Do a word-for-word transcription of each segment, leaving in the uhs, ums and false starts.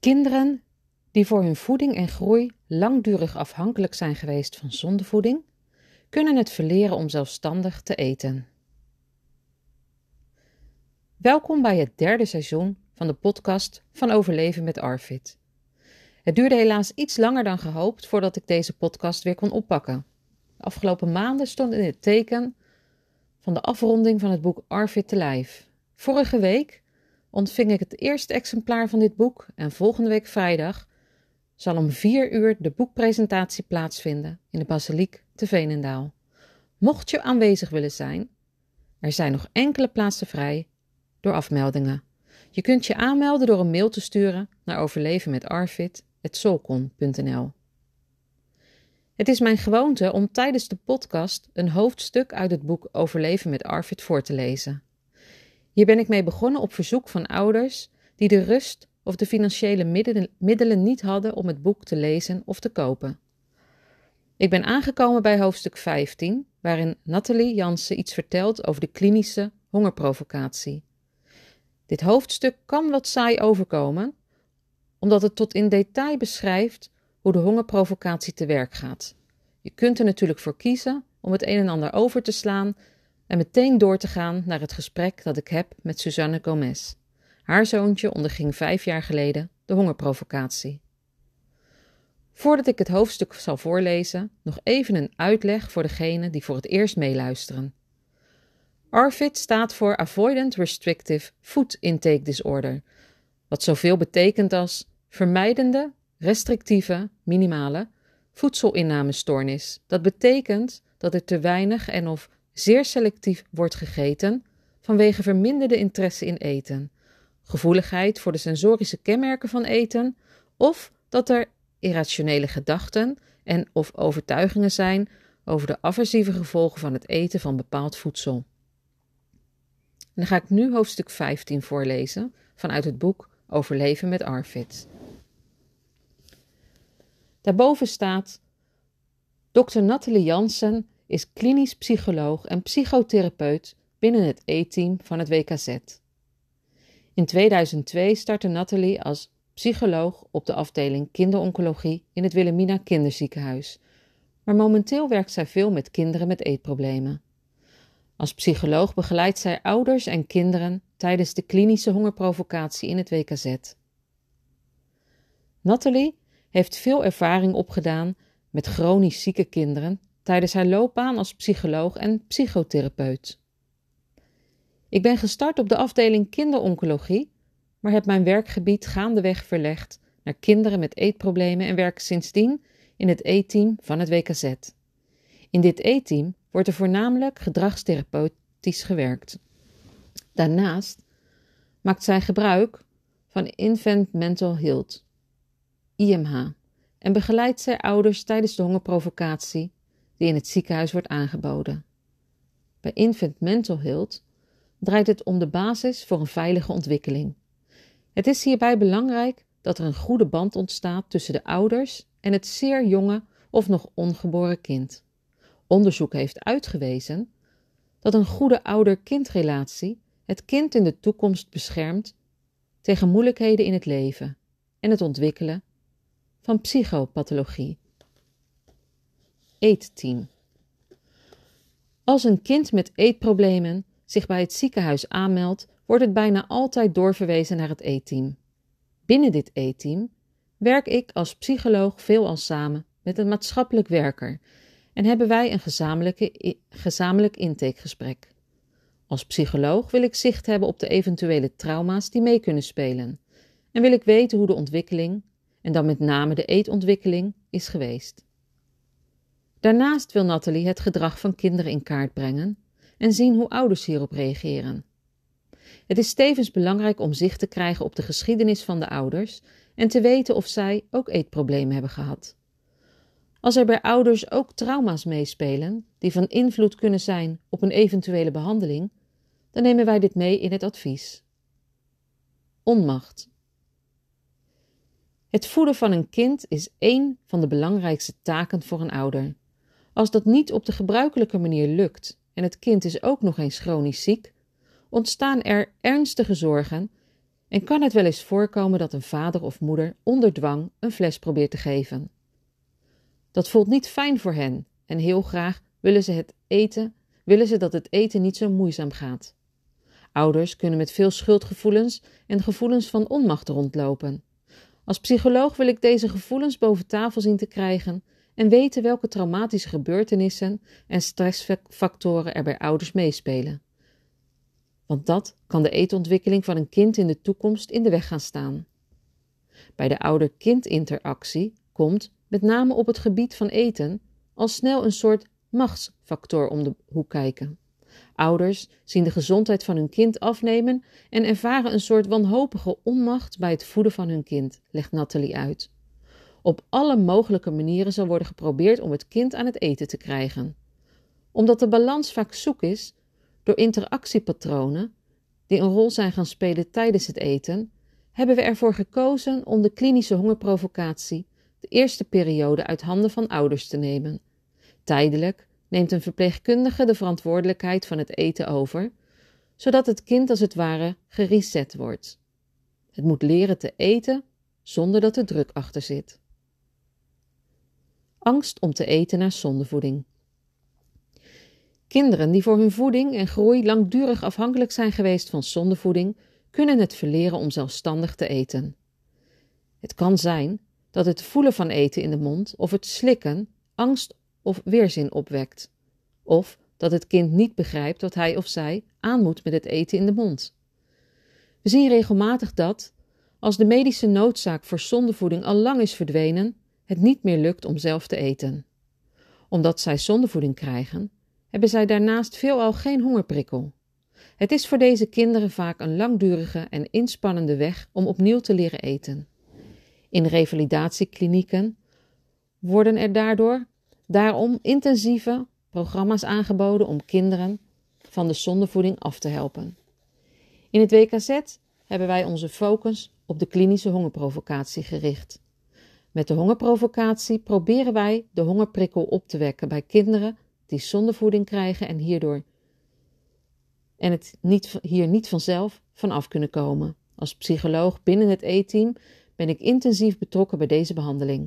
Kinderen die voor hun voeding en groei langdurig afhankelijk zijn geweest van zondevoeding, kunnen het verleren om zelfstandig te eten. Welkom bij het derde seizoen van de podcast van Overleven met Arvid. Het duurde helaas iets langer dan gehoopt voordat ik deze podcast weer kon oppakken. De afgelopen maanden stonden in het teken van de afronding van het boek Arvid te lijf. Vorige week ontving ik het eerste exemplaar van dit boek en volgende week vrijdag zal om vier uur de boekpresentatie plaatsvinden in de Basiliek te Veenendaal. Mocht je aanwezig willen zijn, er zijn nog enkele plaatsen vrij door afmeldingen. Je kunt je aanmelden door een mail te sturen naar overlevenmetarvid apenstaartje solcon punt n l. Het is mijn gewoonte om tijdens de podcast een hoofdstuk uit het boek Overleven met Arvid voor te lezen. Hier ben ik mee begonnen op verzoek van ouders die de rust of de financiële middelen niet hadden om het boek te lezen of te kopen. Ik ben aangekomen bij hoofdstuk vijftien, waarin Nathalie Jansen iets vertelt over de klinische hongerprovocatie. Dit hoofdstuk kan wat saai overkomen, omdat het tot in detail beschrijft hoe de hongerprovocatie te werk gaat. Je kunt er natuurlijk voor kiezen om het een en ander over te slaan en meteen door te gaan naar het gesprek dat ik heb met Suzanne Gomez. Haar zoontje onderging vijf jaar geleden de hongerprovocatie. Voordat ik het hoofdstuk zal voorlezen, nog even een uitleg voor degenen die voor het eerst meeluisteren. ARFID staat voor Avoidant Restrictive Food Intake Disorder, wat zoveel betekent als vermijdende, restrictieve, minimale voedselinnamestoornis. Dat betekent dat er te weinig en of zeer selectief wordt gegeten vanwege verminderde interesse in eten, gevoeligheid voor de sensorische kenmerken van eten of dat er irrationele gedachten en of overtuigingen zijn over de aversieve gevolgen van het eten van bepaald voedsel. En dan ga ik nu hoofdstuk vijftien voorlezen vanuit het boek Overleven met Arvid. Daarboven staat: dokter Nathalie Jansen is klinisch psycholoog en psychotherapeut binnen het E-team van het W K Z. In tweeduizend twee startte Nathalie als psycholoog op de afdeling kinderoncologie in het Wilhelmina Kinderziekenhuis, maar momenteel werkt zij veel met kinderen met eetproblemen. Als psycholoog begeleidt zij ouders en kinderen tijdens de klinische hongerprovocatie in het W K Z. Nathalie heeft veel ervaring opgedaan met chronisch zieke kinderen tijdens haar loopbaan als psycholoog en psychotherapeut. Ik ben gestart op de afdeling kinderoncologie, maar heb mijn werkgebied gaandeweg verlegd naar kinderen met eetproblemen en werk sindsdien in het E-team van het W K Z. In dit E-team wordt er voornamelijk gedragstherapeutisch gewerkt. Daarnaast maakt zij gebruik van Infant Mental Health, I M H, en begeleidt zij ouders tijdens de hongerprovocatie die in het ziekenhuis wordt aangeboden. Bij Infant Mental Health draait het om de basis voor een veilige ontwikkeling. Het is hierbij belangrijk dat er een goede band ontstaat tussen de ouders en het zeer jonge of nog ongeboren kind. Onderzoek heeft uitgewezen dat een goede ouder-kindrelatie het kind in de toekomst beschermt tegen moeilijkheden in het leven en het ontwikkelen van psychopathologie. Eetteam. Als een kind met eetproblemen zich bij het ziekenhuis aanmeldt, wordt het bijna altijd doorverwezen naar het eetteam. Binnen dit eetteam werk ik als psycholoog veelal samen met een maatschappelijk werker en hebben wij een gezamenlijke, gezamenlijk intakegesprek. Als psycholoog wil ik zicht hebben op de eventuele trauma's die mee kunnen spelen en wil ik weten hoe de ontwikkeling, en dan met name de eetontwikkeling, is geweest. Daarnaast wil Nathalie het gedrag van kinderen in kaart brengen en zien hoe ouders hierop reageren. Het is tevens belangrijk om zicht te krijgen op de geschiedenis van de ouders en te weten of zij ook eetproblemen hebben gehad. Als er bij ouders ook trauma's meespelen die van invloed kunnen zijn op een eventuele behandeling, dan nemen wij dit mee in het advies. Onmacht. Het voeden van een kind is één van de belangrijkste taken voor een ouder. Als dat niet op de gebruikelijke manier lukt en het kind is ook nog eens chronisch ziek, ontstaan er ernstige zorgen en kan het wel eens voorkomen dat een vader of moeder onder dwang een fles probeert te geven. Dat voelt niet fijn voor hen en heel graag willen ze, het eten, willen ze dat het eten niet zo moeizaam gaat. Ouders kunnen met veel schuldgevoelens en gevoelens van onmacht rondlopen. Als psycholoog wil ik deze gevoelens boven tafel zien te krijgen en weten welke traumatische gebeurtenissen en stressfactoren er bij ouders meespelen. Want dat kan de eetontwikkeling van een kind in de toekomst in de weg gaan staan. Bij de ouder-kind-interactie komt, met name op het gebied van eten, al snel een soort machtsfactor om de hoek kijken. Ouders zien de gezondheid van hun kind afnemen en ervaren een soort wanhopige onmacht bij het voeden van hun kind, legt Nathalie uit. Op alle mogelijke manieren zal worden geprobeerd om het kind aan het eten te krijgen. Omdat de balans vaak zoek is, door interactiepatronen die een rol zijn gaan spelen tijdens het eten, hebben we ervoor gekozen om de klinische hongerprovocatie de eerste periode uit handen van ouders te nemen. Tijdelijk neemt een verpleegkundige de verantwoordelijkheid van het eten over, zodat het kind als het ware gereset wordt. Het moet leren te eten zonder dat er druk achter zit. Angst om te eten na zondevoeding. Kinderen die voor hun voeding en groei langdurig afhankelijk zijn geweest van zondevoeding, kunnen het verleren om zelfstandig te eten. Het kan zijn dat het voelen van eten in de mond of het slikken angst of weerzin opwekt. Of dat het kind niet begrijpt wat hij of zij aan moet met het eten in de mond. We zien regelmatig dat, als de medische noodzaak voor zondevoeding al lang is verdwenen, het niet meer lukt om zelf te eten. Omdat zij zondevoeding krijgen, hebben zij daarnaast veelal geen hongerprikkel. Het is voor deze kinderen vaak een langdurige en inspannende weg om opnieuw te leren eten. In revalidatieklinieken worden er daardoor daarom intensieve programma's aangeboden om kinderen van de zondevoeding af te helpen. In het W K Z hebben wij onze focus op de klinische hongerprovocatie gericht. Met de hongerprovocatie proberen wij de hongerprikkel op te wekken bij kinderen die zondevoeding krijgen en hierdoor en het niet, hier niet vanzelf van af kunnen komen. Als psycholoog binnen het E-team ben ik intensief betrokken bij deze behandeling.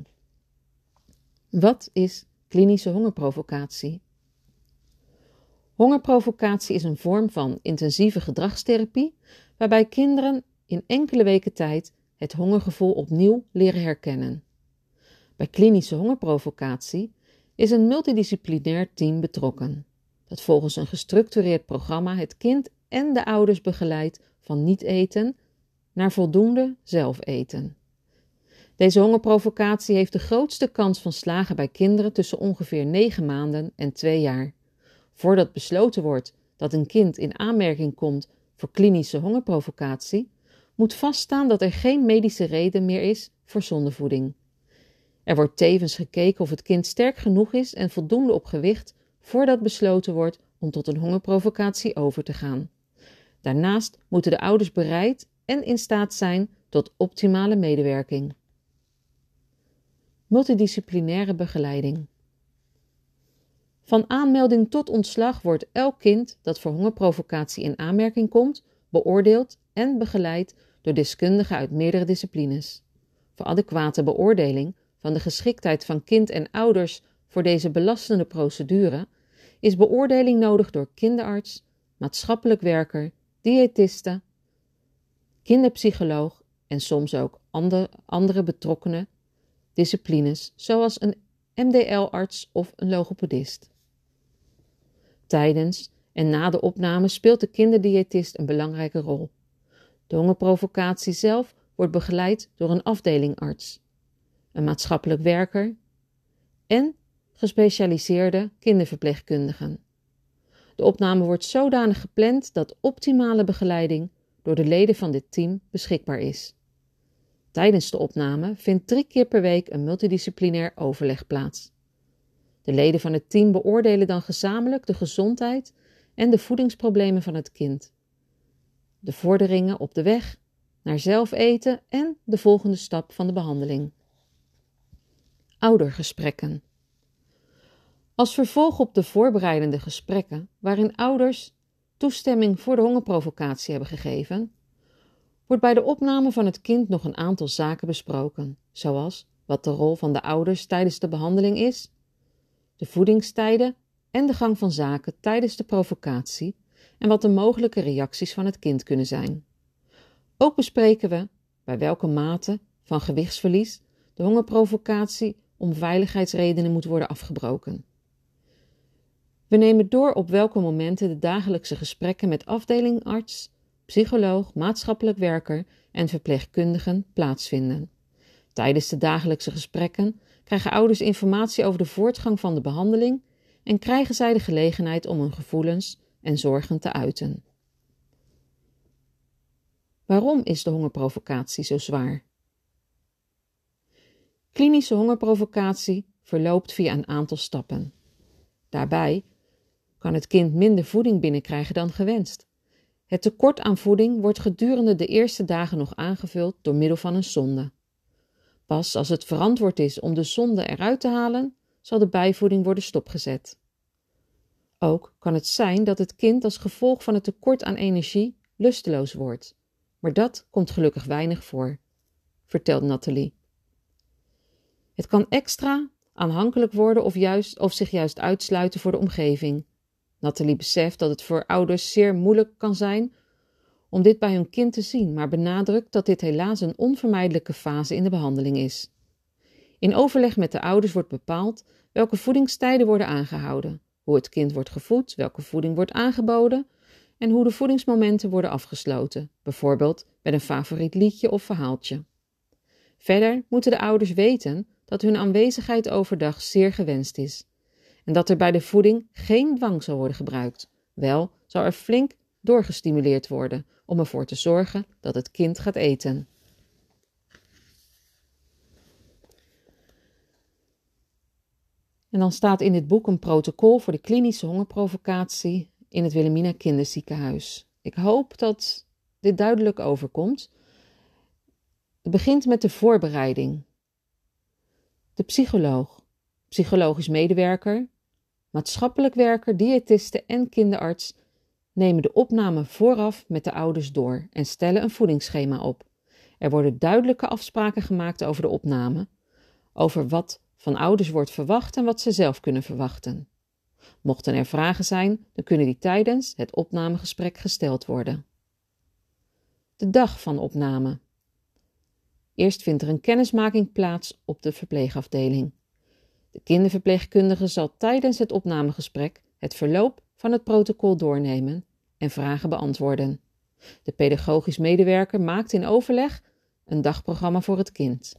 Wat is klinische hongerprovocatie? Hongerprovocatie is een vorm van intensieve gedragstherapie waarbij kinderen in enkele weken tijd het hongergevoel opnieuw leren herkennen. Bij klinische hongerprovocatie is een multidisciplinair team betrokken, dat volgens een gestructureerd programma het kind en de ouders begeleidt van niet eten naar voldoende zelf eten. Deze hongerprovocatie heeft de grootste kans van slagen bij kinderen tussen ongeveer negen maanden en twee jaar. Voordat besloten wordt dat een kind in aanmerking komt voor klinische hongerprovocatie, moet vaststaan dat er geen medische reden meer is voor zondevoeding. Er wordt tevens gekeken of het kind sterk genoeg is en voldoende op gewicht voordat besloten wordt om tot een hongerprovocatie over te gaan. Daarnaast moeten de ouders bereid en in staat zijn tot optimale medewerking. Multidisciplinaire begeleiding. Van aanmelding tot ontslag wordt elk kind dat voor hongerprovocatie in aanmerking komt, beoordeeld en begeleid door deskundigen uit meerdere disciplines. Voor adequate beoordeling van de geschiktheid van kind en ouders voor deze belastende procedure is beoordeling nodig door kinderarts, maatschappelijk werker, diëtiste, kinderpsycholoog en soms ook andere, andere betrokkenen disciplines zoals een M D L-arts of een logopedist. Tijdens en na de opname speelt de kinderdiëtist een belangrijke rol. De hongerprovocatie zelf wordt begeleid door een afdelingarts, een maatschappelijk werker en gespecialiseerde kinderverpleegkundigen. De opname wordt zodanig gepland dat optimale begeleiding door de leden van dit team beschikbaar is. Tijdens de opname vindt drie keer per week een multidisciplinair overleg plaats. De leden van het team beoordelen dan gezamenlijk de gezondheid en de voedingsproblemen van het kind, de vorderingen op de weg naar zelf eten en de volgende stap van de behandeling. Oudergesprekken. Als vervolg op de voorbereidende gesprekken, waarin ouders toestemming voor de hongerprovocatie hebben gegeven, wordt bij de opname van het kind nog een aantal zaken besproken, zoals wat de rol van de ouders tijdens de behandeling is, de voedingstijden en de gang van zaken tijdens de provocatie en wat de mogelijke reacties van het kind kunnen zijn. Ook bespreken we bij welke mate van gewichtsverlies de hongerprovocatie om veiligheidsredenen moet worden afgebroken. We nemen door op welke momenten de dagelijkse gesprekken met afdelingarts, psycholoog, maatschappelijk werker en verpleegkundigen plaatsvinden. Tijdens de dagelijkse gesprekken krijgen ouders informatie over de voortgang van de behandeling en krijgen zij de gelegenheid om hun gevoelens en zorgen te uiten. Waarom is de hongerprovocatie zo zwaar? Klinische hongerprovocatie verloopt via een aantal stappen. Daarbij kan het kind minder voeding binnenkrijgen dan gewenst. Het tekort aan voeding wordt gedurende de eerste dagen nog aangevuld door middel van een sonde. Pas als het verantwoord is om de sonde eruit te halen, zal de bijvoeding worden stopgezet. Ook kan het zijn dat het kind als gevolg van het tekort aan energie lusteloos wordt. Maar dat komt gelukkig weinig voor, vertelt Nathalie. Het kan extra aanhankelijk worden of, juist, of zich juist uitsluiten voor de omgeving. Nathalie beseft dat het voor ouders zeer moeilijk kan zijn om dit bij hun kind te zien, maar benadrukt dat dit helaas een onvermijdelijke fase in de behandeling is. In overleg met de ouders wordt bepaald welke voedingstijden worden aangehouden, hoe het kind wordt gevoed, welke voeding wordt aangeboden en hoe de voedingsmomenten worden afgesloten, bijvoorbeeld met een favoriet liedje of verhaaltje. Verder moeten de ouders weten dat hun aanwezigheid overdag zeer gewenst is en dat er bij de voeding geen dwang zal worden gebruikt. Wel zal er flink doorgestimuleerd worden om ervoor te zorgen dat het kind gaat eten. En dan staat in dit boek een protocol voor de klinische hongerprovocatie in het Wilhelmina Kinderziekenhuis. Ik hoop dat dit duidelijk overkomt. Het begint met de voorbereiding. De psycholoog, psychologisch medewerker, maatschappelijk werker, diëtiste en kinderarts nemen de opname vooraf met de ouders door en stellen een voedingsschema op. Er worden duidelijke afspraken gemaakt over de opname, over wat van ouders wordt verwacht en wat ze zelf kunnen verwachten. Mochten er vragen zijn, dan kunnen die tijdens het opnamegesprek gesteld worden. De dag van opname. Eerst vindt er een kennismaking plaats op de verpleegafdeling. De kinderverpleegkundige zal tijdens het opnamegesprek het verloop van het protocol doornemen en vragen beantwoorden. De pedagogisch medewerker maakt in overleg een dagprogramma voor het kind.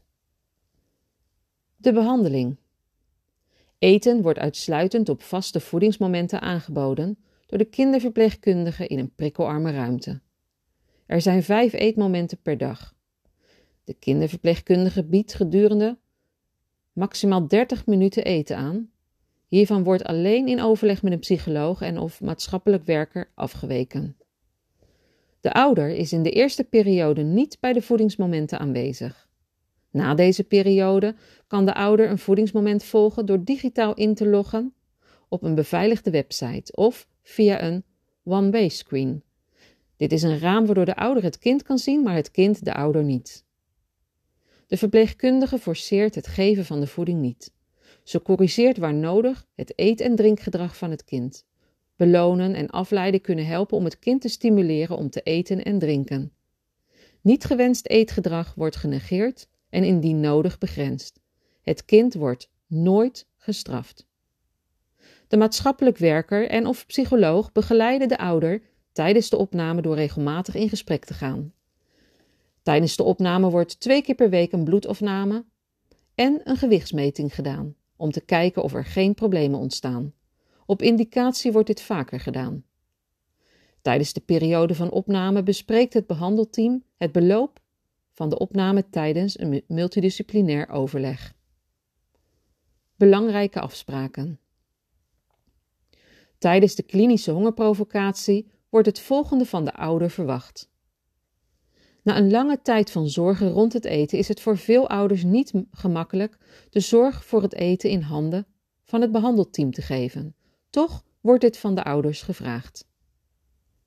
De behandeling. Eten wordt uitsluitend op vaste voedingsmomenten aangeboden door de kinderverpleegkundige in een prikkelarme ruimte. Er zijn vijf eetmomenten per dag. De kinderverpleegkundige biedt gedurende maximaal dertig minuten eten aan. Hiervan wordt alleen in overleg met een psycholoog en of maatschappelijk werker afgeweken. De ouder is in de eerste periode niet bij de voedingsmomenten aanwezig. Na deze periode kan de ouder een voedingsmoment volgen door digitaal in te loggen op een beveiligde website of via een one-way screen. Dit is een raam waardoor de ouder het kind kan zien, maar het kind de ouder niet. De verpleegkundige forceert het geven van de voeding niet. Ze corrigeert waar nodig het eet- en drinkgedrag van het kind. Belonen en afleiden kunnen helpen om het kind te stimuleren om te eten en drinken. Niet gewenst eetgedrag wordt genegeerd en indien nodig begrensd. Het kind wordt nooit gestraft. De maatschappelijk werker en of psycholoog begeleiden de ouder tijdens de opname door regelmatig in gesprek te gaan. Tijdens de opname wordt twee keer per week een bloedopname en een gewichtsmeting gedaan, om te kijken of er geen problemen ontstaan. Op indicatie wordt dit vaker gedaan. Tijdens de periode van opname bespreekt het behandelteam het beloop van de opname tijdens een multidisciplinair overleg. Belangrijke afspraken. Tijdens de klinische hongerprovocatie wordt het volgende van de ouder verwacht. Na een lange tijd van zorgen rond het eten is het voor veel ouders niet gemakkelijk de zorg voor het eten in handen van het behandelteam te geven. Toch wordt dit van de ouders gevraagd.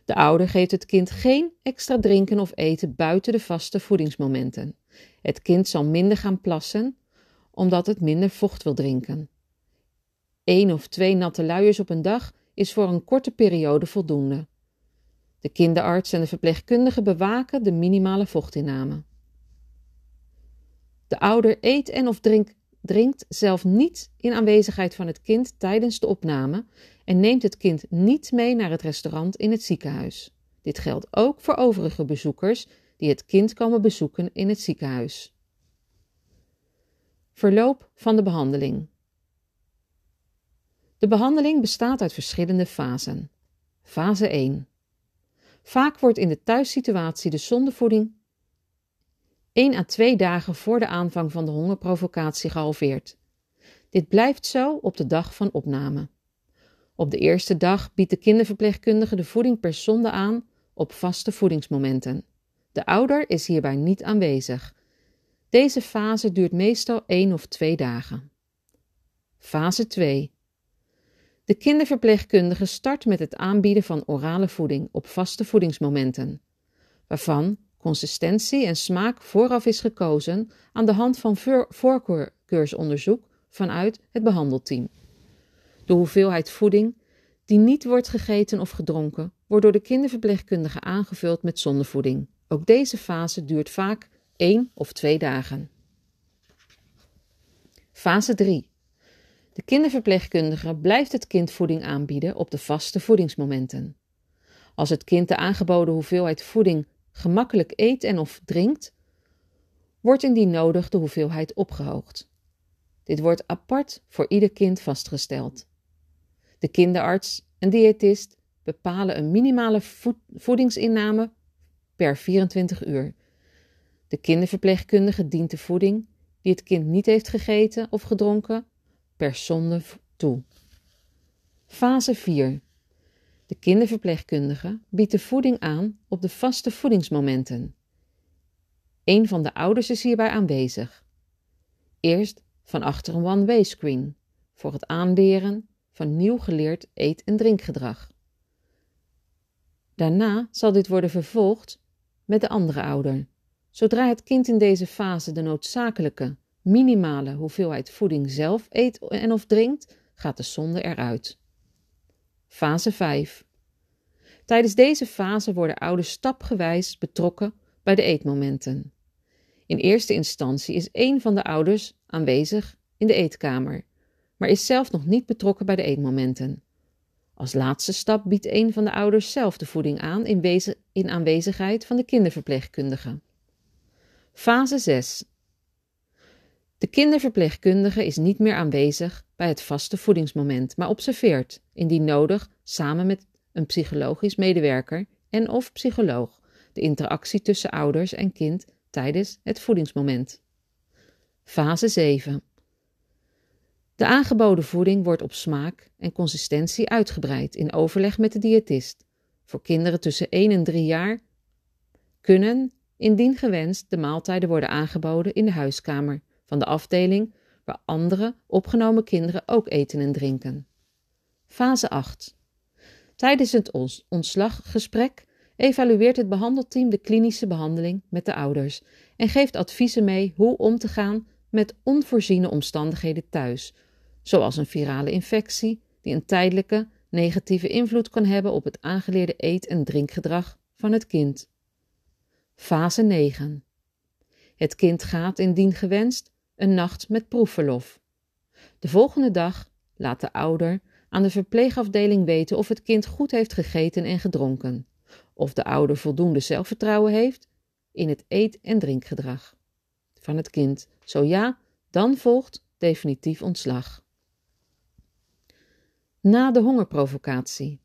De ouder geeft het kind geen extra drinken of eten buiten de vaste voedingsmomenten. Het kind zal minder gaan plassen, omdat het minder vocht wil drinken. Eén of twee natte luiers op een dag is voor een korte periode voldoende. De kinderarts en de verpleegkundige bewaken de minimale vochtinname. De ouder eet en of drink, drinkt zelf niet in aanwezigheid van het kind tijdens de opname en neemt het kind niet mee naar het restaurant in het ziekenhuis. Dit geldt ook voor overige bezoekers die het kind komen bezoeken in het ziekenhuis. Verloop van de behandeling. De behandeling bestaat uit verschillende fasen. Fase één. Vaak wordt in de thuissituatie de zondevoeding één à twee dagen voor de aanvang van de hongerprovocatie gehalveerd. Dit blijft zo op de dag van opname. Op de eerste dag biedt de kinderverpleegkundige de voeding per sonde aan op vaste voedingsmomenten. De ouder is hierbij niet aanwezig. Deze fase duurt meestal één of twee dagen. Fase twee. De kinderverpleegkundige start met het aanbieden van orale voeding op vaste voedingsmomenten, waarvan consistentie en smaak vooraf is gekozen aan de hand van voorkeursonderzoek vanuit het behandelteam. De hoeveelheid voeding die niet wordt gegeten of gedronken, wordt door de kinderverpleegkundige aangevuld met zondevoeding. Ook deze fase duurt vaak één of twee dagen. Fase drie. De kinderverpleegkundige blijft het kind voeding aanbieden op de vaste voedingsmomenten. Als het kind de aangeboden hoeveelheid voeding gemakkelijk eet en of drinkt, wordt indien nodig de hoeveelheid opgehoogd. Dit wordt apart voor ieder kind vastgesteld. De kinderarts en diëtist bepalen een minimale voedingsinname per vierentwintig uur. De kinderverpleegkundige dient de voeding die het kind niet heeft gegeten of gedronken per sonde toe. Fase vier. De kinderverpleegkundige biedt de voeding aan op de vaste voedingsmomenten. Een van de ouders is hierbij aanwezig. Eerst van achter een one-way screen voor het aanleren van nieuw geleerd eet- en drinkgedrag. Daarna zal dit worden vervolgd met de andere ouder. Zodra het kind in deze fase de noodzakelijke, minimale hoeveelheid voeding zelf eet en of drinkt, gaat de sonde eruit. Fase vijf. Tijdens deze fase worden ouders stapgewijs betrokken bij de eetmomenten. In eerste instantie is één van de ouders aanwezig in de eetkamer, maar is zelf nog niet betrokken bij de eetmomenten. Als laatste stap biedt een van de ouders zelf de voeding aan in, wezen, in aanwezigheid van de kinderverpleegkundige. Fase zes. De kinderverpleegkundige is niet meer aanwezig bij het vaste voedingsmoment, maar observeert, indien nodig, samen met een psychologisch medewerker en of psycholoog, de interactie tussen ouders en kind tijdens het voedingsmoment. Fase zeven. De aangeboden voeding wordt op smaak en consistentie uitgebreid in overleg met de diëtist. Voor kinderen tussen één en drie jaar kunnen, indien gewenst, de maaltijden worden aangeboden in de huiskamer van de afdeling waar andere opgenomen kinderen ook eten en drinken. Fase acht. Tijdens het ontslaggesprek evalueert het behandelteam de klinische behandeling met de ouders en geeft adviezen mee hoe om te gaan met onvoorziene omstandigheden thuis, zoals een virale infectie die een tijdelijke negatieve invloed kan hebben op het aangeleerde eet- en drinkgedrag van het kind. Fase negen. Het kind gaat, indien gewenst, een nacht met proefverlof. De volgende dag laat de ouder aan de verpleegafdeling weten of het kind goed heeft gegeten en gedronken, of de ouder voldoende zelfvertrouwen heeft in het eet- en drinkgedrag van het kind. Zo ja, dan volgt definitief ontslag. Na de hongerprovocatie.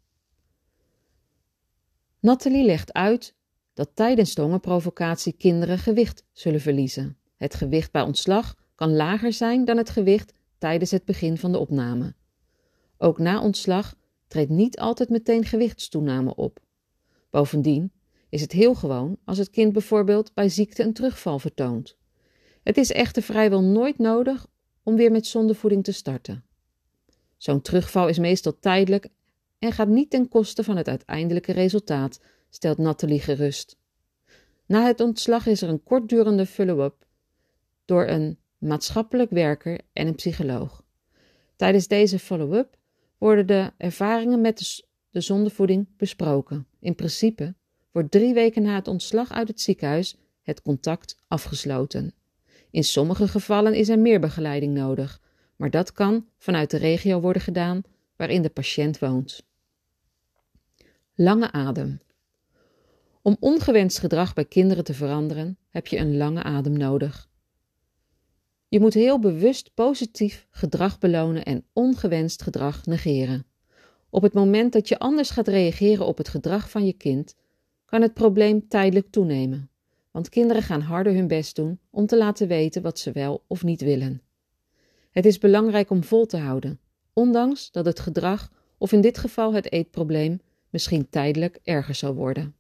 Nathalie legt uit dat tijdens de hongerprovocatie kinderen gewicht zullen verliezen. Het gewicht bij ontslag kan lager zijn dan het gewicht tijdens het begin van de opname. Ook na ontslag treedt niet altijd meteen gewichtstoename op. Bovendien is het heel gewoon als het kind bijvoorbeeld bij ziekte een terugval vertoont. Het is echter vrijwel nooit nodig om weer met zondevoeding te starten. Zo'n terugval is meestal tijdelijk en gaat niet ten koste van het uiteindelijke resultaat, stelt Nathalie gerust. Na het ontslag is er een kortdurende follow-up door een maatschappelijk werker en een psycholoog. Tijdens deze follow-up worden de ervaringen met de, de zondevoeding besproken. In principe wordt drie weken na het ontslag uit het ziekenhuis het contact afgesloten. In sommige gevallen is er meer begeleiding nodig, maar dat kan vanuit de regio worden gedaan waarin de patiënt woont. Lange adem. Om ongewenst gedrag bij kinderen te veranderen, heb je een lange adem nodig. Je moet heel bewust positief gedrag belonen en ongewenst gedrag negeren. Op het moment dat je anders gaat reageren op het gedrag van je kind, kan het probleem tijdelijk toenemen. Want kinderen gaan harder hun best doen om te laten weten wat ze wel of niet willen. Het is belangrijk om vol te houden, ondanks dat het gedrag, of in dit geval het eetprobleem, misschien tijdelijk erger zal worden.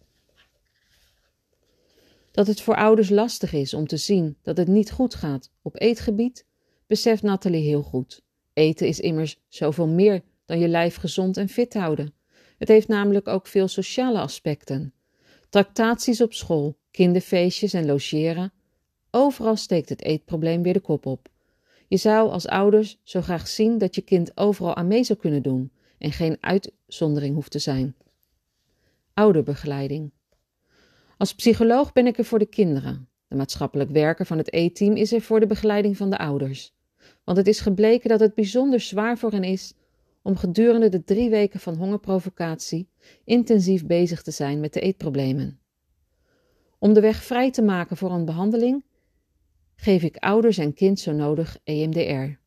Dat het voor ouders lastig is om te zien dat het niet goed gaat op eetgebied, beseft Nathalie heel goed. Eten is immers zoveel meer dan je lijf gezond en fit houden. Het heeft namelijk ook veel sociale aspecten. Tractaties op school, kinderfeestjes en logeren. Overal steekt het eetprobleem weer de kop op. Je zou als ouders zo graag zien dat je kind overal aan mee zou kunnen doen en geen uitzondering hoeft te zijn. Ouderbegeleiding. Als psycholoog ben ik er voor de kinderen. De maatschappelijk werker van het eetteam is er voor de begeleiding van de ouders. Want het is gebleken dat het bijzonder zwaar voor hen is om gedurende de drie weken van hongerprovocatie intensief bezig te zijn met de eetproblemen. Om de weg vrij te maken voor een behandeling, geef ik ouders en kind zo nodig E M D R.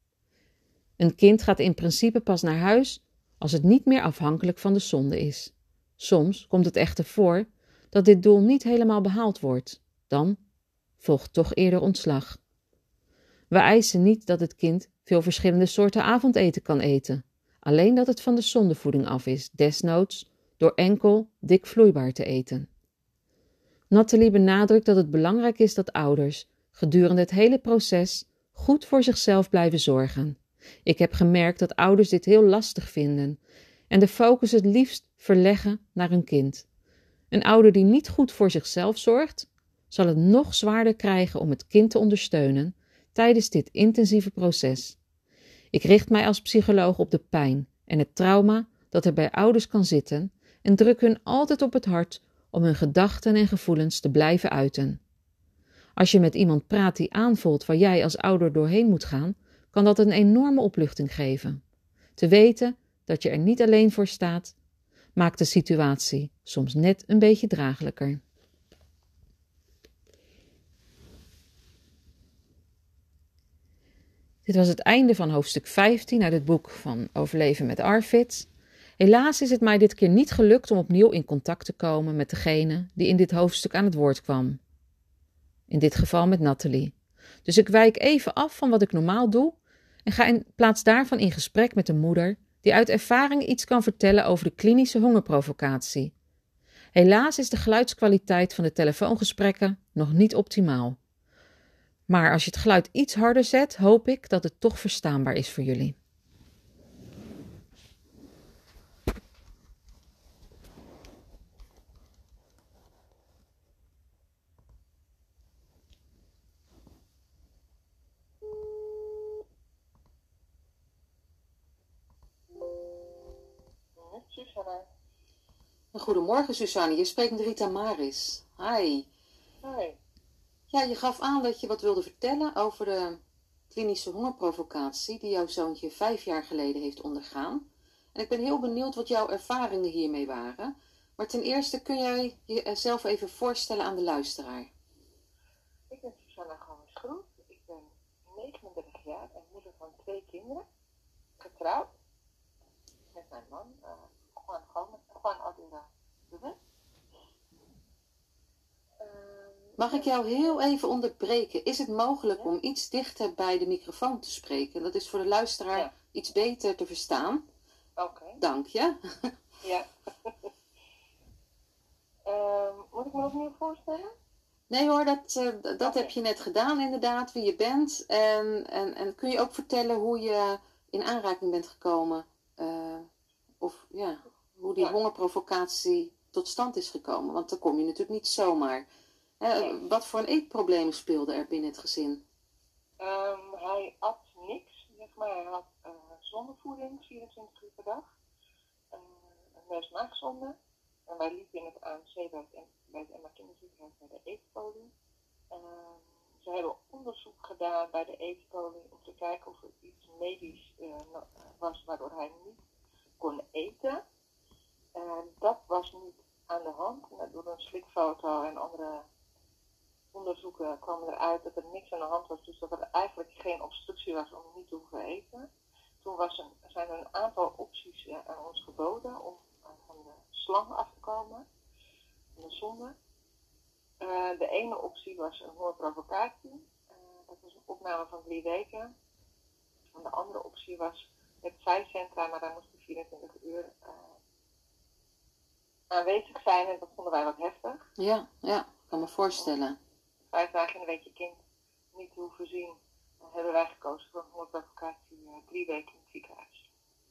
Een kind gaat in principe pas naar huis als het niet meer afhankelijk van de zonde is. Soms komt het echter voor dat dit doel niet helemaal behaald wordt. Dan volgt toch eerder ontslag. We eisen niet dat het kind veel verschillende soorten avondeten kan eten. Alleen dat het van de zondevoeding af is, desnoods door enkel dik vloeibaar te eten. Nathalie benadrukt dat het belangrijk is dat ouders gedurende het hele proces goed voor zichzelf blijven zorgen. Ik heb gemerkt dat ouders dit heel lastig vinden en de focus het liefst verleggen naar hun kind. Een ouder die niet goed voor zichzelf zorgt, zal het nog zwaarder krijgen om het kind te ondersteunen tijdens dit intensieve proces. Ik richt mij als psycholoog op de pijn en het trauma dat er bij ouders kan zitten en druk hun altijd op het hart om hun gedachten en gevoelens te blijven uiten. Als je met iemand praat die aanvoelt waar jij als ouder doorheen moet gaan, kan dat een enorme opluchting geven. Te weten dat je er niet alleen voor staat, maakt de situatie soms net een beetje draaglijker. Dit was het einde van hoofdstuk vijftien uit het boek van Overleven met Arvid. Helaas is het mij dit keer niet gelukt om opnieuw in contact te komen met degene die in dit hoofdstuk aan het woord kwam. In dit geval met Nathalie. Dus ik wijk even af van wat ik normaal doe en ga in plaats daarvan in gesprek met een moeder die uit ervaring iets kan vertellen over de klinische hongerprovocatie. Helaas is de geluidskwaliteit van de telefoongesprekken nog niet optimaal. Maar als je het geluid iets harder zet, hoop ik dat het toch verstaanbaar is voor jullie. Susanne. Goedemorgen Susanne, je spreekt met Rita Maris. Hi. Hi. Ja, je gaf aan dat je wat wilde vertellen over de klinische hongerprovocatie die jouw zoontje vijf jaar geleden heeft ondergaan. En ik ben heel benieuwd wat jouw ervaringen hiermee waren. Maar ten eerste kun jij jezelf even voorstellen aan de luisteraar. Ik ben Susanne Gommers-Groen. Ik ben negenendertig jaar en moeder van twee kinderen. Getrouwd met mijn man, uh, Juan Gommers, Juan Aldera Dube. Mag ik jou heel even onderbreken? Is het mogelijk om iets dichter bij de microfoon te spreken? Dat is voor de luisteraar ja. iets beter te verstaan. Oké. Okay. Dank je. Ja. uh, moet ik me opnieuw voorstellen? Nee hoor, dat, uh, dat okay. heb je net gedaan inderdaad, wie je bent. En, en, en kun je ook vertellen hoe je in aanraking bent gekomen uh, of ja, hoe die Ja. hongerprovocatie tot stand is gekomen. Want dan kom je natuurlijk niet zomaar. Hè, Nee. Wat voor een eetproblemen speelden er binnen het gezin? Um, hij at niks, zeg maar. Hij had uh, zondevoeding vierentwintig uur per dag. Uh, een neus-maagzonde. En wij liepen in het A M C bij het, bij het Emma Kinderziekenhuis bij de E coli. Uh, ze hebben onderzoek gedaan bij de E coli om te kijken of er iets medisch uh, was waardoor hij niet kon eten. Uh, dat was niet aan de hand. Uh, door een slikfoto en andere onderzoeken kwam eruit dat er niks aan de hand was. Dus dat er eigenlijk geen obstructie was om niet te hoeven eten. Toen was een, zijn er een aantal opties uh, aan ons geboden om uh, van de slang af te komen. Van de zonde. Uh, de ene optie was een hongerprovocatie. Uh, dat was een opname van drie weken. En de andere optie was het vijfcentra, maar daar moest hij vierentwintig uur uh, aanwezig zijn. En dat vonden wij wat heftig. Ja, ja, ik kan me voorstellen. Vijf dagen in de week je kind niet te hoeven zien, dan hebben wij gekozen voor een hongerprovocatie uh, drie weken in het ziekenhuis.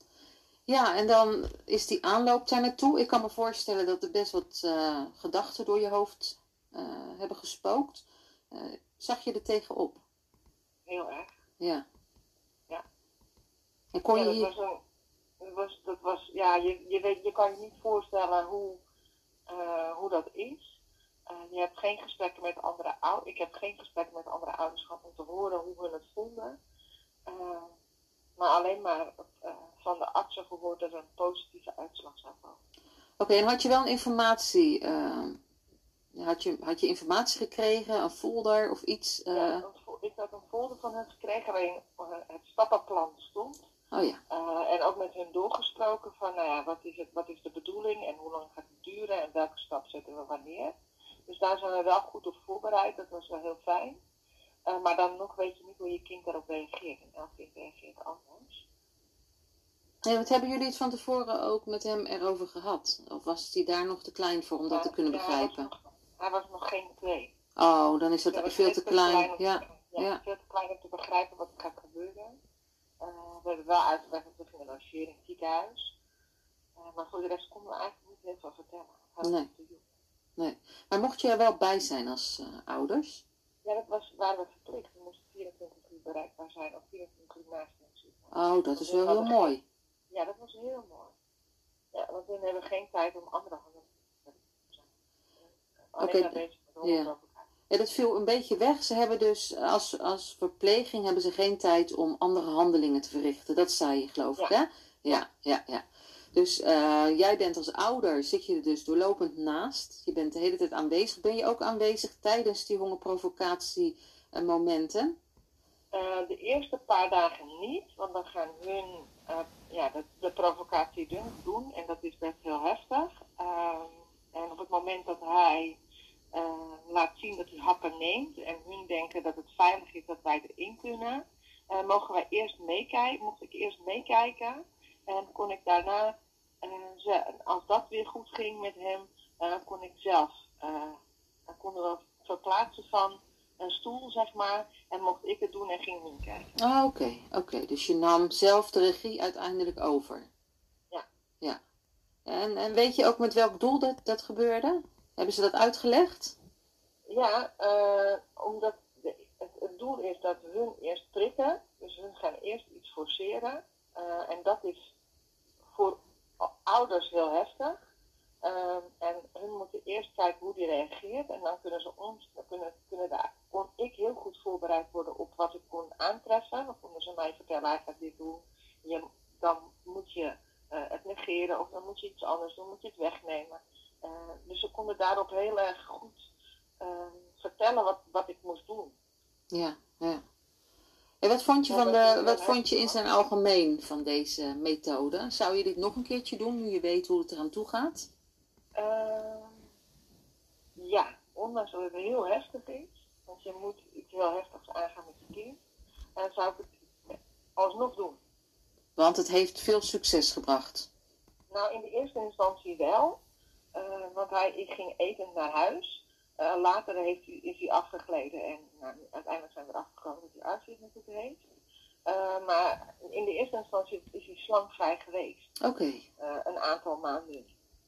Ja, en dan is die aanloop daar naartoe. Ik kan me voorstellen dat er best wat uh, gedachten door je hoofd uh, hebben gespookt. Uh, zag je er tegenop? Heel erg. Ja. Ja. En kon ja, je dat hier... was een, dat was, dat was, ja, je, je, weet, je kan je niet voorstellen hoe, uh, hoe dat is. Uh, je hebt geen gesprekken met andere ouders. Ik heb geen gesprekken met andere ouders gehad om te horen hoe hun het vonden. Uh, maar alleen maar uh, van de artsen gehoord dat er een positieve uitslag zou komen. Oké, okay, en had je wel informatie? Uh, had, je, had je informatie gekregen, een folder of iets? Uh... Ja, een, ik had een folder van hen gekregen waarin uh, het stappenplan stond. Oh ja. Uh, en ook met hun doorgesproken van, nou ja, wat is, het, wat is de bedoeling en hoe lang gaat het duren en welke stap zetten we wanneer. Dus daar zijn we wel goed op voorbereid, dat was wel heel fijn. Uh, maar dan nog weet je niet hoe je kind daarop reageert. En elk kind reageert anders. Ja, wat hebben jullie het van tevoren ook met hem erover gehad? Of was hij daar nog te klein voor om dat ja, te kunnen ja, begrijpen? Hij was, nog, hij was nog geen twee. Oh, dan is dat ja, veel te klein. klein om, ja. Ja, ja, veel te klein om te begrijpen wat er gaat gebeuren. Uh, we hebben wel uitgelegd dat we gingen logeren in het ziekenhuis. Uh, maar voor de rest konden we eigenlijk niet heel veel vertellen. Nee. nee. Maar mocht je er wel bij zijn als uh, ouders? Ja, dat was, waren we verplicht. We moesten vierentwintig uur bereikbaar zijn of vierentwintig uur naast hem zitten. Oh, dat is wel heel mooi. Geen, ja, dat was heel mooi. Ja, want we hebben geen tijd om andere handen te zijn. Alleen maar bezig met hongerprovocatie. Ja, dat viel een beetje weg. Ze hebben dus als, als verpleging hebben ze geen tijd om andere handelingen te verrichten. Dat zei je, geloof ik, ja. hè? Ja, ja, ja. Dus uh, jij bent als ouder, zit je er dus doorlopend naast. Je bent de hele tijd aanwezig. Ben je ook aanwezig tijdens die hongerprovocatie uh, momenten? Uh, de eerste paar dagen niet, want dan gaan hun uh, ja, de, de provocatie doen, doen en dat is best heel heftig. Uh, en op het moment dat hij uh, laat zien dat hij happen neemt en hun denken dat het veilig is dat wij erin kunnen, uh, mogen wij eerst meekijken, mocht ik eerst meekijken en kon ik daarna, uh, ze, als dat weer goed ging met hem, uh, kon ik zelf, uh, dan konden we verplaatsen van een stoel, zeg maar, en mocht ik het doen en ging hun kijken. Ah, oké, okay, oké. Okay. Dus je nam zelf de regie uiteindelijk over. Ja. Ja. En, en weet je ook met welk doel dat, dat gebeurde? Hebben ze dat uitgelegd? Ja, uh, omdat de, het, het doel is dat hun eerst prikken, dus hun gaan eerst iets forceren. Uh, en dat is voor ouders heel heftig. Uh, en hun moeten eerst kijken hoe die reageert en dan kunnen ze ons, dan kunnen, kunnen de, kon ik heel goed voorbereid worden op wat ik kon aantreffen. Dan konden ze mij vertellen, hij gaat dit doen. Je, dan moet je uh, het negeren of dan moet je iets anders doen, moet je het wegnemen. Uh, dus ze konden daarop heel erg goed uh, vertellen wat, wat ik moest doen. Ja, ja. En wat vond je, van de, wat vond je in zijn algemeen van deze methode? Zou je dit nog een keertje doen, nu je weet hoe het eraan toe gaat? Uh, ja, ondanks dat het heel heftig is, want je moet iets heel heftigs aangaan met je kind, en zou ik het alsnog doen. Want het heeft veel succes gebracht. Nou, in de eerste instantie wel, uh, want hij ik ging etend naar huis. Uh, later heeft hij, is hij afgegleden en nou, uiteindelijk zijn we erachter gekomen dat hij artritis heeft. Uh, maar in de eerste instantie is hij slangvrij geweest. Oké. Okay. Uh, een aantal maanden.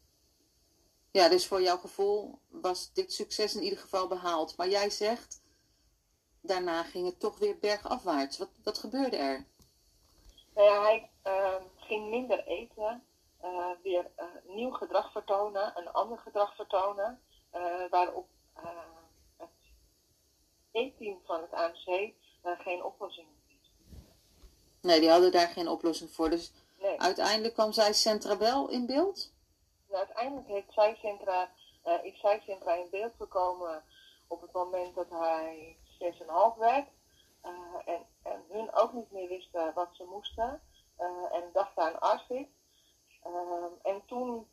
Ja, dus voor jouw gevoel was dit succes in ieder geval behaald. Maar jij zegt, daarna ging het toch weer bergafwaarts. Wat, wat gebeurde er? Nou ja, hij uh, ging minder eten. Uh, weer uh, nieuw gedrag vertonen. Een ander gedrag vertonen. Uh, waarop uh, het E-team van het A M C uh, geen oplossing heeft. Nee, die hadden daar geen oplossing voor. Dus nee. Uiteindelijk kwam Zijcentra wel in beeld? Nou, uiteindelijk heeft Zijcentra, uh, is Zijcentra in beeld gekomen op het moment dat hij zes komma vijf werd. Uh, en, en hun ook niet meer wisten wat ze moesten. Uh, en dachten aan Arvid. Uh, en toen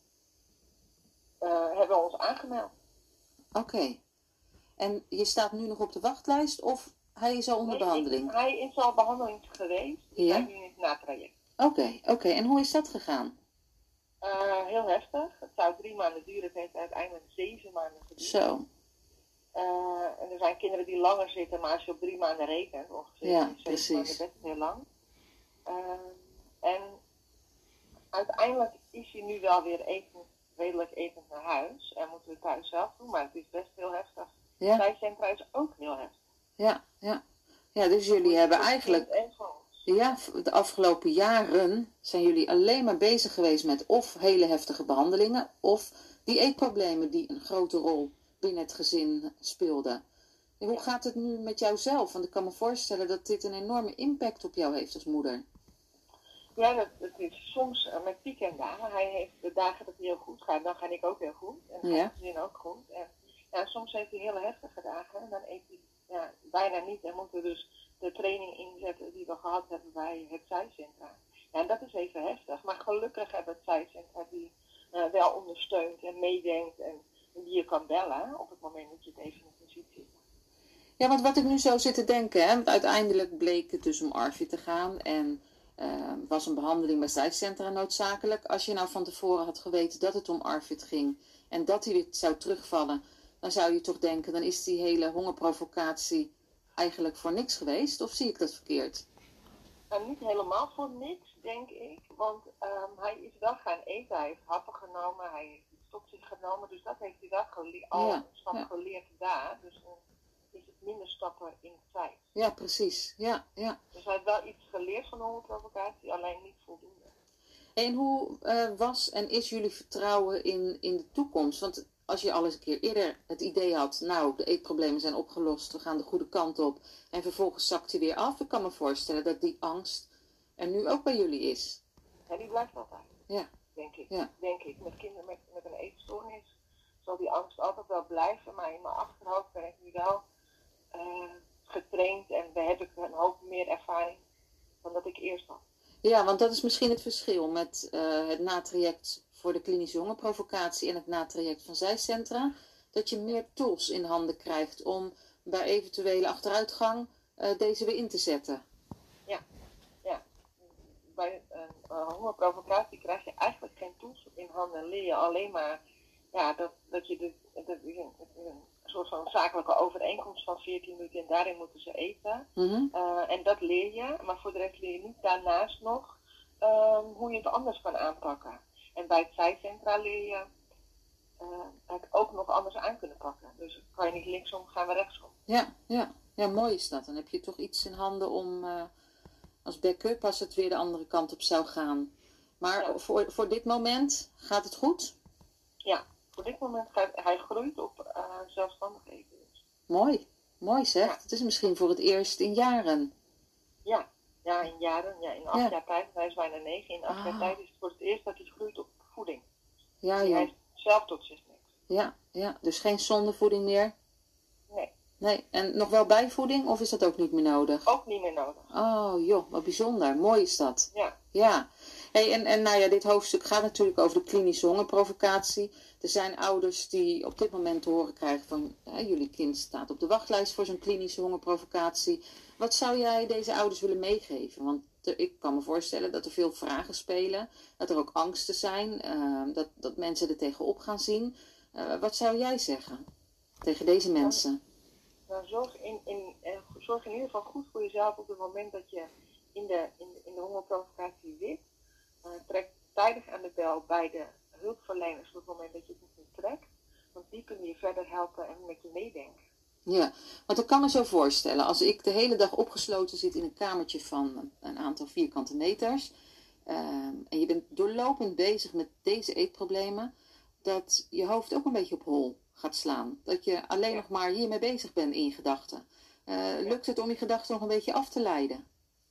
uh, hebben we ons aangemeld. Oké. Okay. En je staat nu nog op de wachtlijst of hij is al onder nee, behandeling? Ik, hij is al behandeling geweest. We ja? zijn nu in het natraject. Oké, okay, oké. Okay. En hoe is dat gegaan? Uh, heel heftig. Het zou drie maanden duren. Het heeft uiteindelijk zeven maanden geduurd. Zo. Uh, en er zijn kinderen die langer zitten, maar als je op drie maanden rekent, ongeveer ja, zeven precies. maanden best heel lang. Uh, en uiteindelijk is hij nu wel weer even, redelijk even naar huis. En moeten we het thuis zelf doen, maar het is best heel heftig. Ja. Zijcentra is ook heel heftig. Ja, ja. Ja, dus jullie hebben eigenlijk... Ja, de afgelopen jaren zijn jullie alleen maar bezig geweest met of hele heftige behandelingen of die eetproblemen die een grote rol binnen het gezin speelden. En hoe gaat het nu met jouzelf? Want ik kan me voorstellen dat dit een enorme impact op jou heeft als moeder. Ja, dat, dat is soms uh, met piek en dalen. Hij heeft de dagen dat hij heel goed gaat, dan ga ik ook heel goed. En dan gaat ja. het gezin ook goed. En ja, soms heeft hij hele heftige dagen en dan eet hij ja, bijna niet. En moeten we dus de training inzetten die we gehad hebben bij het Zijcentra. Ja, en dat is even heftig. Maar gelukkig hebben het Zijcentra die uh, wel ondersteunt en meedenkt en, en die je kan bellen op het moment dat je het even niet ziet zitten. Ja, want wat ik nu zo zit te denken, hè, want uiteindelijk bleek het dus om Arvid te gaan en uh, was een behandeling bij Zijcentra noodzakelijk. Als je nou van tevoren had geweten dat het om Arvid ging en dat hij weer zou terugvallen, dan zou je toch denken, dan is die hele hongerprovocatie eigenlijk voor niks geweest, of zie ik dat verkeerd? Nou, niet helemaal voor niks, denk ik, want um, hij is wel gaan eten, hij heeft happen genomen, hij heeft het stokje genomen, dus dat heeft hij wel gele- al ja, een stap ja. geleerd daar, dus uh, is het minder stappen in de tijd. Ja, precies, ja, ja. Dus hij heeft wel iets geleerd van de hongerprovocatie, alleen niet voldoende. En hoe uh, was en is jullie vertrouwen in, in de toekomst? Want als je al eens een keer eerder het idee had, nou, de eetproblemen zijn opgelost, we gaan de goede kant op. En vervolgens zakt hij weer af. Ik kan me voorstellen dat die angst er nu ook bij jullie is. Ja, die blijft altijd. Ja. Denk ik. Ja. Denk ik. Met kinderen met, met een eetstoornis zal die angst altijd wel blijven. Maar in mijn achterhoofd ben ik nu wel uh, getraind en daar heb ik een hoop meer ervaring dan dat ik eerst had. Ja, want dat is misschien het verschil met uh, het natraject voor de klinische hongerprovocatie en het natraject van Zijcentra. Dat je meer tools in handen krijgt om bij eventuele achteruitgang uh, deze weer in te zetten. Ja, ja. Bij een uh, hongerprovocatie krijg je eigenlijk geen tools in handen. Leer je alleen maar ja, dat, dat je de, dat is een, een soort van zakelijke overeenkomst van veertien minuten en daarin moeten ze eten. Mm-hmm. Uh, en dat leer je, maar voor de rest leer je niet daarnaast nog um, hoe je het anders kan aanpakken. En bij het Zijcentra leer je uh, het ook nog anders aan kunnen pakken. Dus kan je niet linksom, gaan we rechtsom. Ja, ja. Ja, mooi is dat. Dan heb je toch iets in handen om uh, als backup als het weer de andere kant op zou gaan. Maar ja. voor, voor dit moment gaat het goed? Ja, voor dit moment gaat hij groeit op uh, zelfstandig eten. Dus. Mooi, mooi zeg. Ja. Het is misschien voor het eerst in jaren. Ja, ja in jaren. Ja, in acht ja. jaar tijd. Hij is bijna negen. In acht ah. jaar tijd is het voor het eerst dat hij groeit op voeding. Ja, dus ja. hij heeft zelf tot zich niks. Ja, ja, dus geen zondevoeding meer? Nee. Nee, en nog wel bijvoeding of is dat ook niet meer nodig? Ook niet meer nodig. Oh joh, wat bijzonder. Mooi is dat. Ja. Ja. Hey, en, en nou ja, dit hoofdstuk gaat natuurlijk over de klinische hongerprovocatie. Er zijn ouders die op dit moment te horen krijgen van, hè, jullie kind staat op de wachtlijst voor zo'n klinische hongerprovocatie. Wat zou jij deze ouders willen meegeven? Want er, ik kan me voorstellen dat er veel vragen spelen, dat er ook angsten zijn, uh, dat, dat mensen er tegenop gaan zien. Uh, wat zou jij zeggen tegen deze mensen? Nou, zorg in, in, uh, zorg in ieder geval goed voor jezelf op het moment dat je in de, in de, in de hongerprovocatie zit, uh, trek tijdig aan de bel bij de hulpverleners op het moment dat je het niet meer trekt. Want die kunnen je verder helpen en met je meedenken. Ja, want ik kan me zo voorstellen, als ik de hele dag opgesloten zit in een kamertje van een aantal vierkante meters, uh, en je bent doorlopend bezig met deze eetproblemen, dat je hoofd ook een beetje op hol gaat slaan. Dat je alleen ja. nog maar hiermee bezig bent in je gedachten. Uh, ja. Lukt het om je gedachten nog een beetje af te leiden?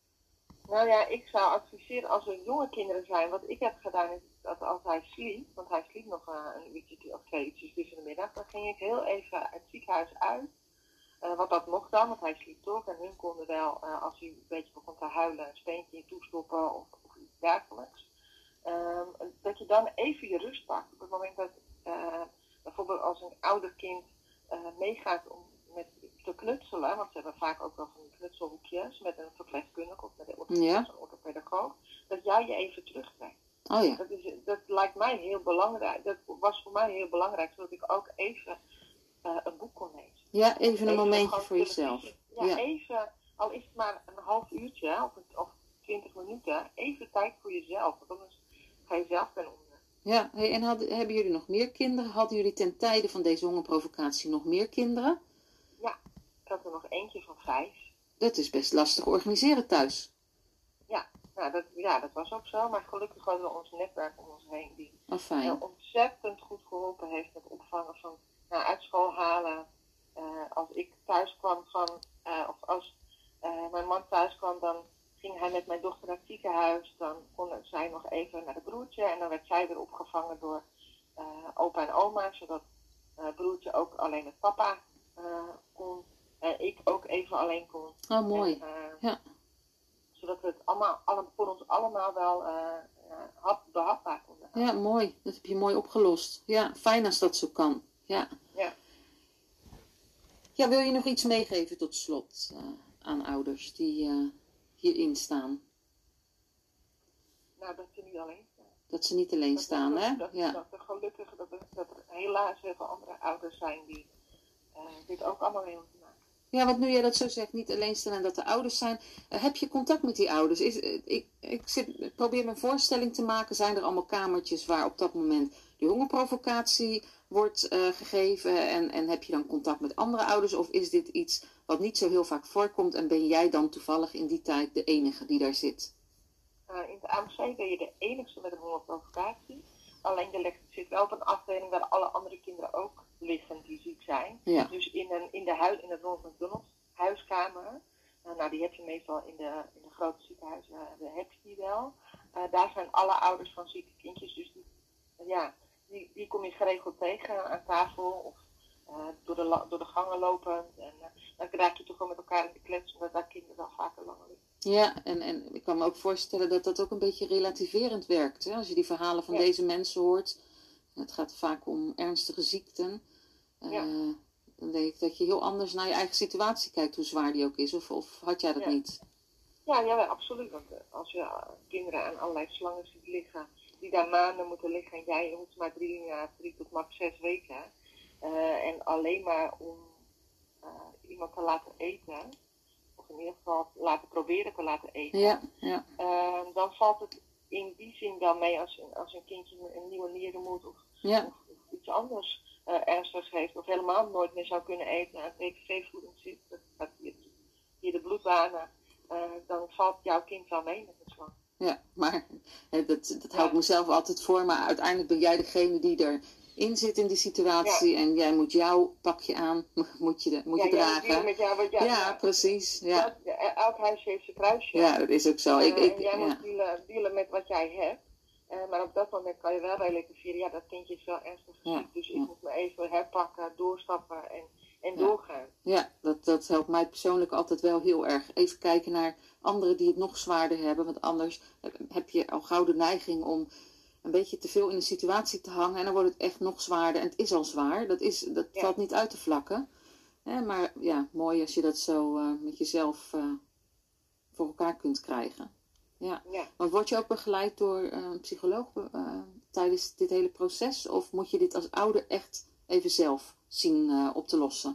Nou ja, ik zou adviseren als er jonge kinderen zijn, wat ik heb gedaan is dat als hij sliep, want hij sliep nog uh, een uurtje of twee uurtjes tussen de middag, dan ging ik heel even het ziekenhuis uit. Uh, want dat mocht dan, want hij sliep toch en hun konden wel, uh, als hij een beetje begon te huilen, een steentje in toestoppen of, of iets dergelijks. Um, dat je dan even je rust pakt. Op het moment dat uh, bijvoorbeeld als een ouder kind uh, meegaat om met te knutselen, want ze hebben vaak ook wel van die knutselhoekjes met een verpleegkundige of met een orthopedagoog, ja. orthopedagoog, dat jij je even terugtrekt. Oh ja. Dat, is, dat lijkt mij heel belangrijk. Dat was voor mij heel belangrijk, zodat ik ook even uh, een boek kon lezen. Ja, even een even momentje voor jezelf. Ja, ja, even, al is het maar een half uurtje of, of twintig minuten, even tijd voor jezelf. Want anders ga je zelf ten onder. Ja, hey, en hadden, hebben jullie nog meer kinderen? Hadden jullie ten tijde van deze hongerprovocatie nog meer kinderen? Ja, ik had er nog eentje van vijf. Dat is best lastig organiseren thuis. Ja, nou, dat, ja, dat was ook zo. Maar gelukkig hadden we ons netwerk om ons heen die oh, fijn. Uh, ontzettend goed geholpen heeft met opvangen van nou, uit school halen. Uh, als ik thuis kwam van, uh, of als uh, mijn man thuis kwam, dan ging hij met mijn dochter naar het ziekenhuis. Dan kon zij nog even naar de broertje en dan werd zij weer opgevangen door uh, opa en oma, zodat uh, broertje ook alleen met papa uh, kon. En ik ook even alleen kon. Oh, mooi. En, uh, ja. Zodat we het allemaal, alle, voor ons allemaal wel uh, uh, behapbaar konden houden. Ja, mooi. Dat heb je mooi opgelost. Ja, fijn als dat zo kan. Ja. Ja. Ja, wil je nog iets meegeven tot slot uh, aan ouders die uh, hierin staan? Nou, dat ze niet alleen staan. Dat ze niet alleen dat staan, er, hè? Dat, ja. dat er gelukkig, dat er, dat er helaas heel veel andere ouders zijn die uh, dit ook allemaal mee moeten maken. Ja, want nu jij dat zo zegt, niet alleen staan en dat er ouders zijn. Uh, heb je contact met die ouders? Is, uh, ik ik, zit, ik probeer me een voorstelling te maken. Zijn er allemaal kamertjes waar op dat moment die hongerprovocatie wordt uh, gegeven? En, en heb je dan contact met andere ouders? Of is dit iets wat niet zo heel vaak voorkomt? En ben jij dan toevallig in die tijd de enige die daar zit? Uh, in het A M C ben je de enigste met een hongerprovocatie. Alleen er zit wel op een afdeling waar alle andere kinderen ook liggen die ziek zijn. Ja. Dus in, een, in de huis, in het Ronald McDonald huiskamer, uh, nou die heb je meestal in de, in de grote ziekenhuizen, uh, heb je die wel. Uh, daar zijn alle ouders van zieke kindjes, dus die, uh, ja, die, die kom je geregeld tegen aan tafel of uh, door, de, door de gangen lopen. En uh, dan raak je toch wel met elkaar in de klets, omdat daar kinderen wel vaker langer liggen. Ja, en, en ik kan me ook voorstellen dat dat ook een beetje relativerend werkt. Hè? Als je die verhalen van ja. deze mensen hoort, het gaat vaak om ernstige ziekten. Uh, ja. Dan denk ik dat je heel anders naar je eigen situatie kijkt, hoe zwaar die ook is. Of, of had jij dat ja. niet? Ja, ja, absoluut. Want als je kinderen aan allerlei slangen ziet liggen, die daar maanden moeten liggen en jij hoeft maar drie, uh, drie tot max zes weken. Uh, en alleen maar om uh, iemand te laten eten, of in ieder geval laten proberen te laten eten, ja, ja. Uh, dan valt het in die zin wel mee als een, als een kindje een nieuwe nieren moet of, ja. of, of iets anders uh, ernstigs heeft, of helemaal nooit meer zou kunnen eten aan P P V-voeding zit, dat gaat hier, hier de bloedbanen, uh, dan valt jouw kind wel mee met een slang. Ja, maar dat, dat houdt ja. mezelf altijd voor, maar uiteindelijk ben jij degene die erin zit in die situatie ja. en jij moet jouw pakje aan, moet je, de, moet ja, je dragen. Met jou, ja, ja, ja, precies. Ja. Dat, elk huisje heeft zijn kruisje. Ja, dat is ook zo. Uh, ik, ik, en jij ja. moet dealen, dealen met wat jij hebt. Uh, maar op dat moment kan je wel relativeren, ja, dat kindje is wel ernstig ziek, ja. dus ik ja. moet me even herpakken, doorstappen en, en ja. doorgaan. Ja, dat, dat helpt mij persoonlijk altijd wel heel erg. Even kijken naar anderen die het nog zwaarder hebben, want anders heb je al gauw de neiging om een beetje te veel in een situatie te hangen en dan wordt het echt nog zwaarder. En het is al zwaar, dat, is, dat ja. valt niet uit te vlakken. Hè, maar ja, mooi als je dat zo uh, met jezelf uh, voor elkaar kunt krijgen. Ja. ja. Want word je ook begeleid door uh, een psycholoog uh, tijdens dit hele proces? Of moet je dit als ouder echt even zelf zien uh, op te lossen?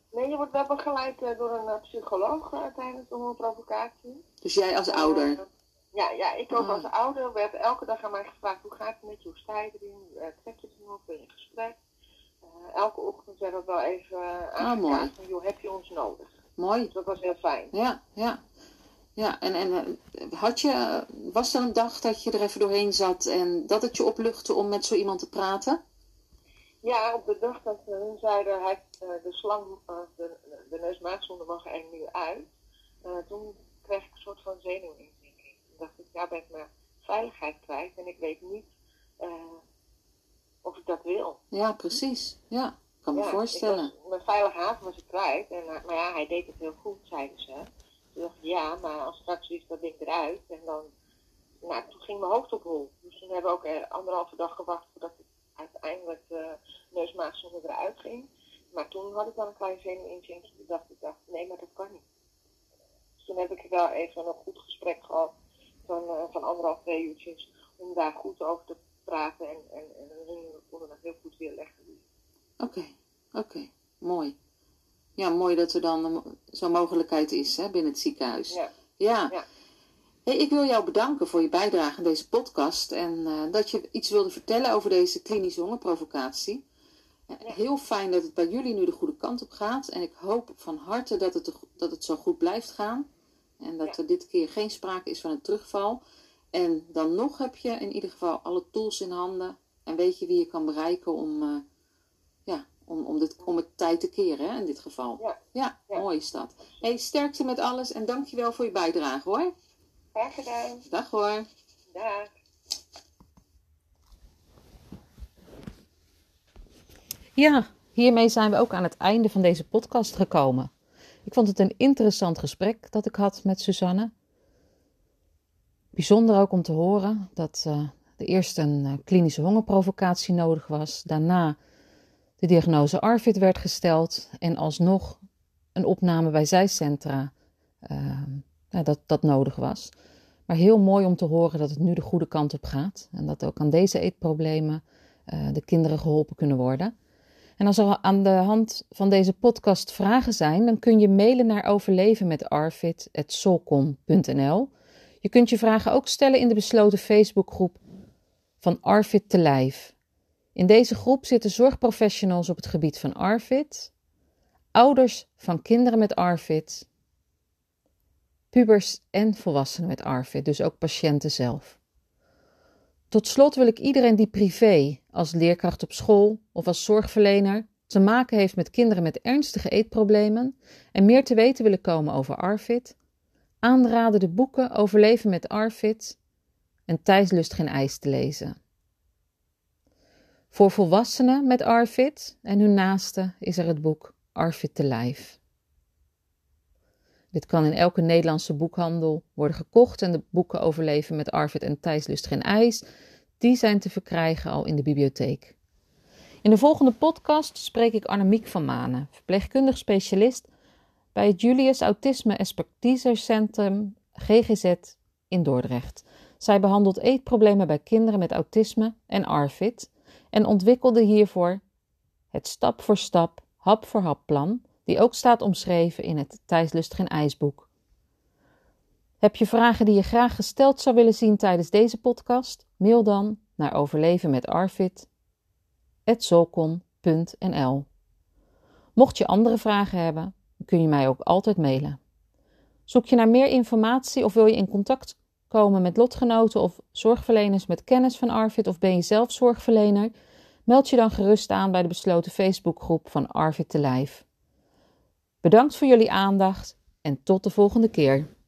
Nee, je wordt wel begeleid uh, door een uh, psycholoog uh, tijdens de hongerprovocatie. Dus jij als ouder? Uh, ja, ja, ik ook ah. als ouder werd elke dag aan mij gevraagd, hoe gaat het met je, hoe sta je erin, uh, trek je het nog, ben je in gesprek? Uh, elke ochtend werd dat wel even uh, aangekaart van, joh, heb je ons nodig? Mooi. Dus dat was heel fijn. Ja, ja. Ja, en, en had je, was er een dag dat je er even doorheen zat en dat het je opluchtte om met zo iemand te praten? Ja, op de dag dat uh, hun zeiden, hij, uh, de slang, uh, de, de neus-maagzonde mag er nu uit. Uh, toen kreeg ik een soort van zenuwinzinking. Toen dacht ik, ja, ben ik mijn veiligheid kwijt en ik weet niet uh, of ik dat wil. Ja, precies. Ja, ik kan me ja, voorstellen. Ik was, mijn veilige haven was ik kwijt. En, uh, maar ja, hij deed het heel goed, zeiden ze. Toen dacht ik, ja, maar als straks is dat ding eruit. En dan, nou, toen ging mijn hoofd op hol. Dus toen hebben we ook uh, anderhalve dag gewacht voordat ik uiteindelijk de neusmaagzonde eruit ging. Maar toen had ik dan een klein zenuwinzinkje. Toen dacht ik, dacht, nee, maar dat kan niet. Dus toen heb ik wel even een goed gesprek gehad van, uh, van anderhalf, twee uurtjes. Om daar goed over te praten. En, en, en hun konden dat heel goed weerleggen. Oké, okay, oké, okay. Mooi. Ja, mooi dat er dan zo'n mogelijkheid is, hè, binnen het ziekenhuis. Ja. ja. ja. Hey, ik wil jou bedanken voor je bijdrage aan deze podcast. En uh, dat je iets wilde vertellen over deze klinische hongerprovocatie. Ja, ja. Heel fijn dat het bij jullie nu de goede kant op gaat. En ik hoop van harte dat het, dat het zo goed blijft gaan. En dat ja. er dit keer geen sprake is van een terugval. En dan nog heb je in ieder geval alle tools in handen. En weet je wie je kan bereiken om... Uh, ja, Om, om, dit, om het tijd te keren, hè, in dit geval. Ja. Ja, ja. Mooi is dat. Hey, sterkte met alles en dankjewel voor je bijdrage, hoor. Graag gedaan. Dag, hoor. Dag. Ja, hiermee zijn we ook aan het einde van deze podcast gekomen. Ik vond het een interessant gesprek dat ik had met Suzanne. Bijzonder ook om te horen dat uh, er eerst een uh, klinische hongerprovocatie nodig was. Daarna de diagnose ARFID werd gesteld en alsnog een opname bij zijcentra uh, ja, dat, dat nodig was. Maar heel mooi om te horen dat het nu de goede kant op gaat. En dat ook aan deze eetproblemen uh, de kinderen geholpen kunnen worden. En als er aan de hand van deze podcast vragen zijn, dan kun je mailen naar overleven met arvid at solcom punt n l. Je kunt je vragen ook stellen in de besloten Facebookgroep van ARFID te lijf. In deze groep zitten zorgprofessionals op het gebied van ARFID, ouders van kinderen met ARFID, pubers en volwassenen met ARFID, dus ook patiënten zelf. Tot slot wil ik iedereen die privé, als leerkracht op school of als zorgverlener, te maken heeft met kinderen met ernstige eetproblemen en meer te weten willen komen over ARFID, aanraden de boeken Overleven met ARFID en Thijs lust geen ijs te lezen. Voor volwassenen met ARFID en hun naasten is er het boek ARFID te lijf. Dit kan in elke Nederlandse boekhandel worden gekocht en de boeken Overleven met ARFID en Thijs lust geen ijs, die zijn te verkrijgen al in de bibliotheek. In de volgende podcast spreek ik Annemiek van Manen, verpleegkundig specialist bij het Julius Autisme Expertisecentrum G G Z in Dordrecht. Zij behandelt eetproblemen bij kinderen met autisme en ARFID en ontwikkelde hiervoor het stap voor stap, hap voor hap plan, die ook staat omschreven in het Thijs lust geen ijsboek. Heb je vragen die je graag gesteld zou willen zien tijdens deze podcast? Mail dan naar overleven met arvid at solcom punt n l. Mocht je andere vragen hebben, dan kun je mij ook altijd mailen. Zoek je naar meer informatie of wil je in contact komen met lotgenoten of zorgverleners met kennis van ARFID of ben je zelf zorgverlener? Meld je dan gerust aan bij de besloten Facebookgroep van ARFID te lijf. Bedankt voor jullie aandacht en tot de volgende keer.